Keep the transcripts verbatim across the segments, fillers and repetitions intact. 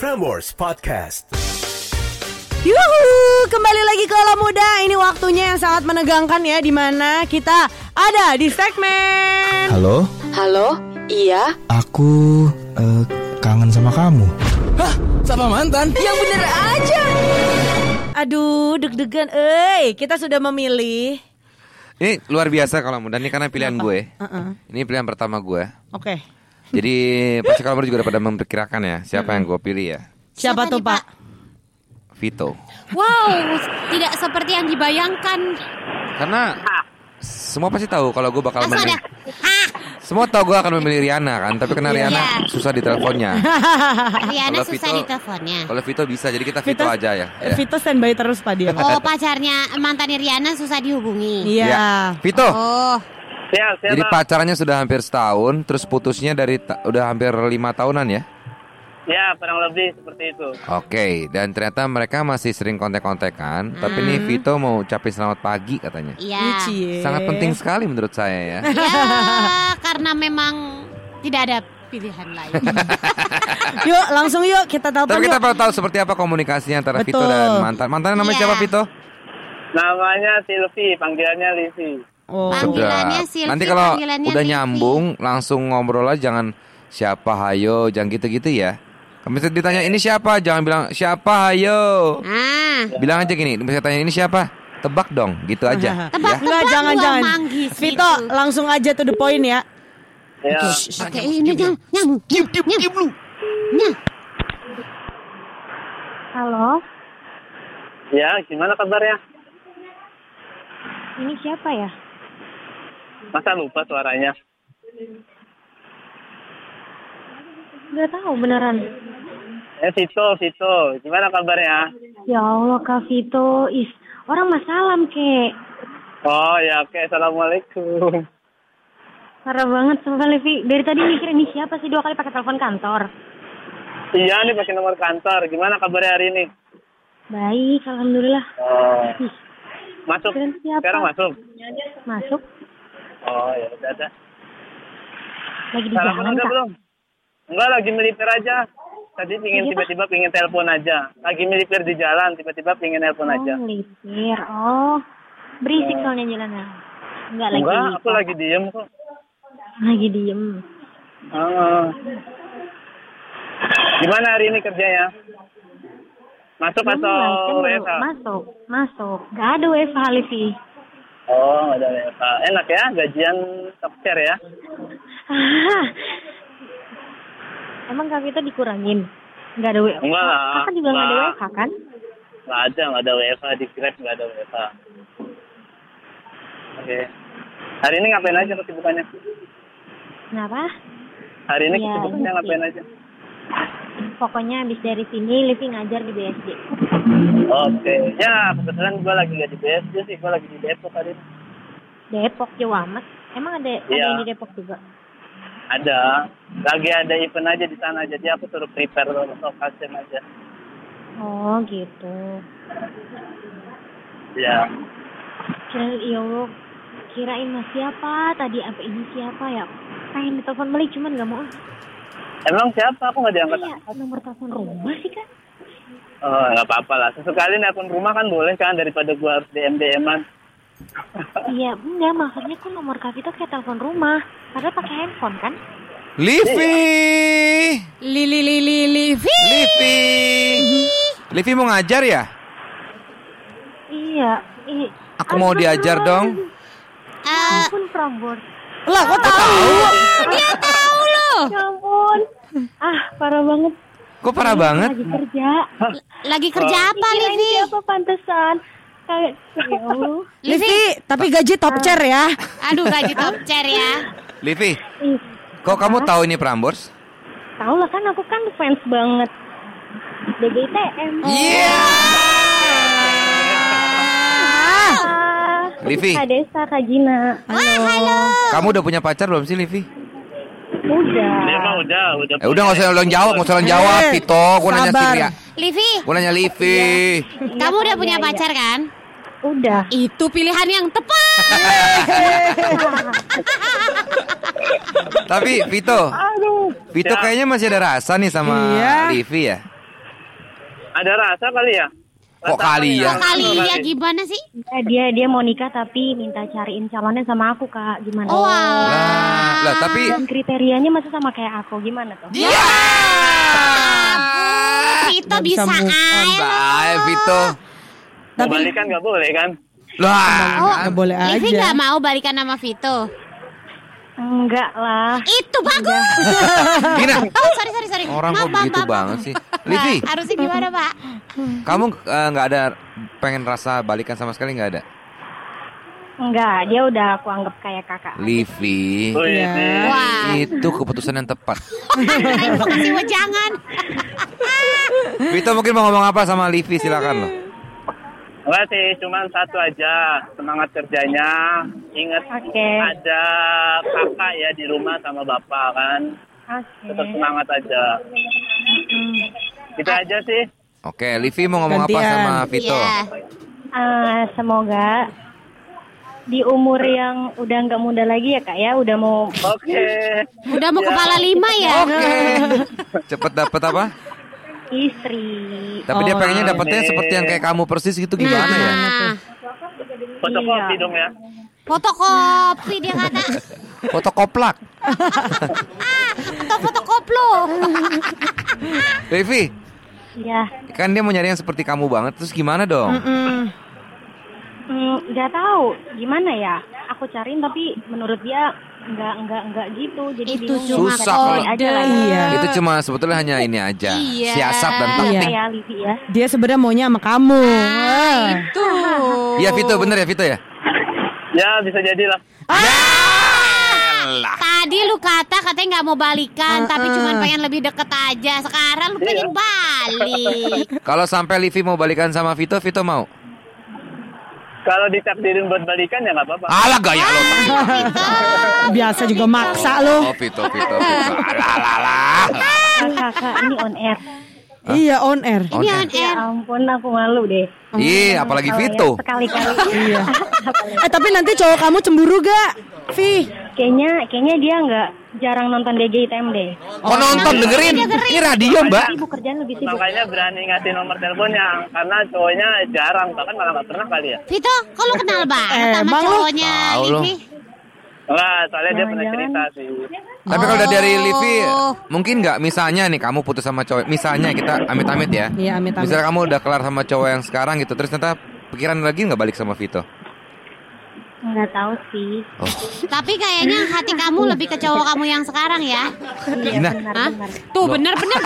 Prambors Podcast. Yuhu, kembali lagi ke Alam Muda. Ini waktunya yang sangat menegangkan ya, di mana kita ada di segmen Halo? Halo? Iya? Aku uh, kangen sama kamu. Hah? Sama mantan? Yang bener aja. Aduh, deg-degan. Eh, kita sudah memilih. Ini luar biasa kalau muda nih karena pilihan Kenapa? gue. Uh-uh. Ini pilihan pertama gue. Oke. Okay. Jadi pasti kalau juga udah pada memperkirakan ya siapa yang gue pilih ya. Siapa, Siapa tuh nih, Pak? Vito. Wow, tidak seperti yang dibayangkan. Karena semua pasti tahu kalau gue bakal Langsung memilih. ada. Semua tahu gue akan memilih Riana kan, tapi karena Riana Iya. susah di teleponnya. Riana Kalau susah Vito- di teleponnya. Kalau Vito bisa, jadi kita Vito, aja ya. ya. Vito standby terus Pak dia. Oh, pacarnya mantannya Riana susah dihubungi. Iya. Ya. Vito. Oh, Siap, siap, Jadi Bang. pacarannya sudah hampir setahun, terus putusnya dari ta- udah hampir lima tahunan ya. Ya, kurang lebih seperti itu. Oke, dan ternyata mereka masih sering kontek-kontekan. Tapi nih Vito mau ucapin selamat pagi katanya. iya. Cie. Sangat penting sekali menurut saya ya. Ya, karena memang tidak ada pilihan lain. Yuk, langsung yuk kita telepon Tapi yuk. kita perlu tahu seperti apa komunikasinya antara Vito Betul. dan mantan. Mantannya namanya Iya. siapa Vito? Namanya Silvi, panggilannya Livi. Oh. Panggilannya Sedap. Silvi, Nanti kalau panggilannya udah Livi. nyambung langsung ngobrol aja, jangan siapa hayo, jangan gitu-gitu ya. Kalau misalnya ditanya ini siapa, jangan bilang siapa hayo. Ah, Bilang aja gini, misalnya tanya ini siapa, tebak dong, gitu aja. Tebak. Ya. Enggak, Tebak jangan gua jangan. manggis Vito, gitu. langsung aja to the point ya. Ya, oke ini nyam, nyam, nyam, nyam, nyam. Halo, ya, gimana kabarnya? ini siapa ya? Masa lupa suaranya? Gak tahu beneran. Eh, Vito, Vito, gimana kabarnya? Ya Allah, Kak Vito, is orang mas salam kek. Oh ya, oke, assalamualaikum. Parah banget sama Levi. Dari tadi mikir ini siapa sih, dua kali pakai telepon kantor. Iya nih pakai nomor kantor. Gimana kabarnya hari ini? Baik, alhamdulillah. Oh, Ih, masuk. keren siapa? Sekarang masuk. Masuk. Oh ya udah udah. Lagi di Sarapan jalan udah Kak. belum? Enggak, lagi melipir aja. Tadi pingin Lagi apa? tiba-tiba pingin telepon aja. Lagi melipir di jalan, tiba-tiba pingin telepon aja. Oh, melipir. Oh, berisik Oh. soalnya jalannya. Enggak lagi. Enggak, aku lagi diem kok. Lagi diem. Ah. Gimana hari ini kerjanya? Masuk Belum atau mulai, kan W baru F H? Masuk, masuk. Gak ada W F H, Levi. Oh, ada W F H. Enak ya, gajian top share ya? Ah. Emang Kak Vito dikurangin? Nggak ada W F H? Enggak lah. Kan juga nggak ada W Enggak. F H kan? Nggak ada, nggak ada W F H. Di Grab nggak ada W F H. Oke. Hari ini ngapain aja kesibukannya? Kenapa? Hari ini Ya, kesibukannya ini ngapain sih. aja? Pokoknya habis dari sini, Livi ngajar di B S D. Oke. Ya, kebetulan gue lagi nggak di B S D sih. Gue lagi di Depok hari ini. Depok, jauh amat. Emang ada, ada Iya. yang di Depok juga? Ada. Lagi ada event aja di sana. Jadi aku suruh prepare lokasi aja. Oh gitu. Ya. Kira, ya Allah, kirain mas siapa tadi, apa ini siapa ya? Pengen ditelepon balik cuman nggak mau. Emang siapa? Aku nggak diangkat. Iya, nomor telepon rumah sih kan? Oh, nggak apa-apa lah. Sesekali nelpon rumah kan boleh kan, daripada gua harus D M D M-an. Iya, enggak, maksudnya kan nomor Kak Vito kayak telepon rumah. Padahal pakai handphone kan? Livi, Lili lili livi. Livi, Livi mau ngajar ya? Iya. Ih, Aku mau diajar dong. Eh, ampun Prambors. Lah, kok tahu? dia tahu loh. Ya ampun. Ah, parah banget. Kok parah banget? Lagi kerja. Lagi kerja apa, Kirain Livi? siapa pantesan? Kayak, ya Allah. Livi, tapi gaji top chair ya. Aduh, gaji top chair ya. Livi, Ih, kok kamu tahu ini Prambors? tahu lah kan aku kan fans banget D G I T M. Iya. Ah, Livi. Kak Desa, Kak Gina. Kamu udah punya pacar belum sih Livi? Udah. Dia mah udah, udah. Eh udah nggak usah ulang jawab, nggak usah ulang jawab, Eh, Vito. Gue nanya sabar. Siri ya. Livi, Gue nanya Livi. kamu udah punya iya, iya. pacar kan? Udah. Itu pilihan yang tepat. Tapi Vito, Vito Ya. kayaknya masih ada rasa nih sama Iya. Livi ya. Ada rasa kali ya? Kok Rasa kali apa ya? nih? Kali Anu ya gimana sih? Eh, dia dia mau nikah tapi minta cariin calonnya sama aku kak, gimana? Oh, Lah, lah tapi Dan kriterianya masih sama kayak aku, gimana tuh? Ya ampun, Vito Nggak bisa bisa move on. aja. Baik Vito. Mau balikan nggak boleh kan? Lah, Oh, Nggak boleh Livi aja. nggak mau balikan sama Vito. Enggak lah. Itu bagus. Gina. Oh sorry sorry sorry. Orang Maaf, kok maaf, begitu maaf. banget sih. Livi, Nah, harusnya gimana Pak? kamu eh, nggak ada pengen rasa balikan sama sekali nggak ada? Enggak, dia udah aku anggap kayak kakak. Livi, Oh, Iya. iya. Wah. itu keputusan yang tepat. Itu kasih wejangan. Vito mungkin mau ngomong apa sama Livi, silakan loh. Enggak sih, cuma satu aja. Semangat kerjanya. Ingat Oke. ada kakak ya di rumah sama bapak kan. Oke. Tetap semangat aja. Itu aja sih. Oke, Livi mau ngomong apa Gantian. sama Vito? Iya. Eh, semoga di umur yang udah nggak muda lagi ya kak ya, udah mau Oke. Udah mau kepala lima ya? Oke. Cepet dapet apa? istri. Tapi dia Oh, pengennya dapetnya amin. seperti yang kayak kamu persis gitu, gimana ya? Nah, Fotokopi Iya. dong ya. fotokopi dia kata. Foto koplak. Atau fotokoplo. Livi, Ya, kan dia mau nyari yang seperti kamu banget, terus gimana dong? Mm. mm, nggak tahu gimana ya. Aku cariin tapi menurut dia nggak nggak nggak gitu. Jadi Itu bingung. cuma Susah Cari kalau- aja lah ya. Iya. Itu cuma sebetulnya hanya ini aja, Iya. siasat dan Iya. taktik. Ya, Livi ya. Dia sebenarnya maunya sama kamu. Ah. Tuh. Iya Vito, bener ya Vito ya? Ya bisa jadilah. Yalah. Tadi lu kata katanya nggak mau balikan, tapi cuman pengen lebih deket aja. Sekarang lu pengen balik. Kalau sampai Livi mau balikan sama Vito, Vito mau? Kalau ditakdirin buat balikan ya nggak apa-apa. Alah gaya lo. Biasa juga maksa lo. Oh Vito, Vito, Vito. Alah, alah, alah. Kak, kakak ini on air. Iya on air. On Ini air. on Ya air. ampun, aku malu deh. Ih, apalagi Kalau ya, Vito. sekali-kali. Iya. Eh tapi nanti cowok kamu cemburu gak? Vi. Kayaknya kayaknya dia nggak jarang nonton D J I T M deh. Oh nonton, dengerin. Ini radio mbak. Sibuk kerjaan lebih sibuk. Makanya berani ngasih nomor teleponnya. Karena cowoknya jarang, bahkan malah nggak pernah kali ya. Vito, kok lu kenal banget Eh, sama emang lu? cowoknya Tahu lu. Livi? Enggak, soalnya dia pernah Jangan-jangan. cerita sih. Tapi kalau udah dari Oh. Livi, mungkin nggak misalnya nih kamu putus sama cowok. Misalnya kita amit-amit ya. Iya amit-amit. Misalnya kamu udah kelar sama cowok yang sekarang gitu, terus ternyata pikiran lagi nggak balik sama Vito. Nggak tahu sih. Oh, Tapi kayaknya hati kamu lebih ke cowok kamu yang sekarang ya. Gina. Hah? Benar-benar. Tuh bener-bener.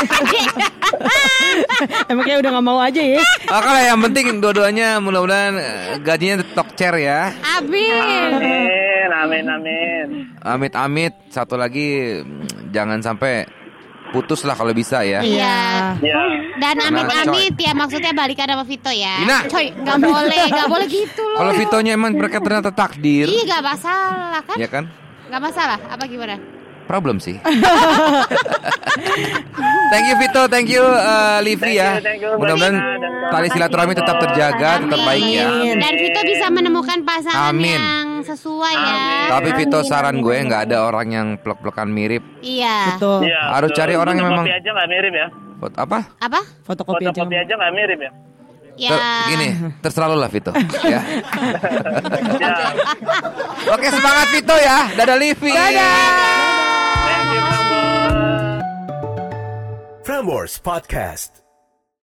Emang kayak udah gak mau aja ya. Ah, kalau yang penting dua-duanya mudah-mudahan eh, gajinya talk chair ya. Amin. Amin, amin, amin. Amit-amit. Satu lagi mm, jangan sampai putus lah kalau bisa ya. Iya. Ya, Dan Karena amit-amit ya maksudnya balikan sama Vito ya. Gina. Coy, nggak boleh, nggak boleh gitu loh. Kalau Vitonya emang mereka ternyata takdir, Iya nggak masalah kan? ya kan? Nggak masalah. Apa gimana? Problem sih. Thank you Vito, thank you uh, Livi Thank ya. you, thank you, Mudah-mudahan Mbak Gina dan tali silaturahmi tetap terjaga, tetap Amin. baik ya. Dan Vito bisa menemukan pasangan Amin. yang sesuai ya. Amin. Tapi Vito saran gue nggak ada orang yang plek-plekan mirip. Iya. Betul. iya. Harus betul. cari orang yang Fotokopi memang- aja nggak mirip ya. Foto apa? Apa? Fotokopi aja. Fotokopi aja nggak mirip ya. Ya. Ter- gini, terserah lu lah Vito. Ya. Ya. Oke semangat Vito ya. Dadah Livi. Thank you, Bang. Prambors Podcast.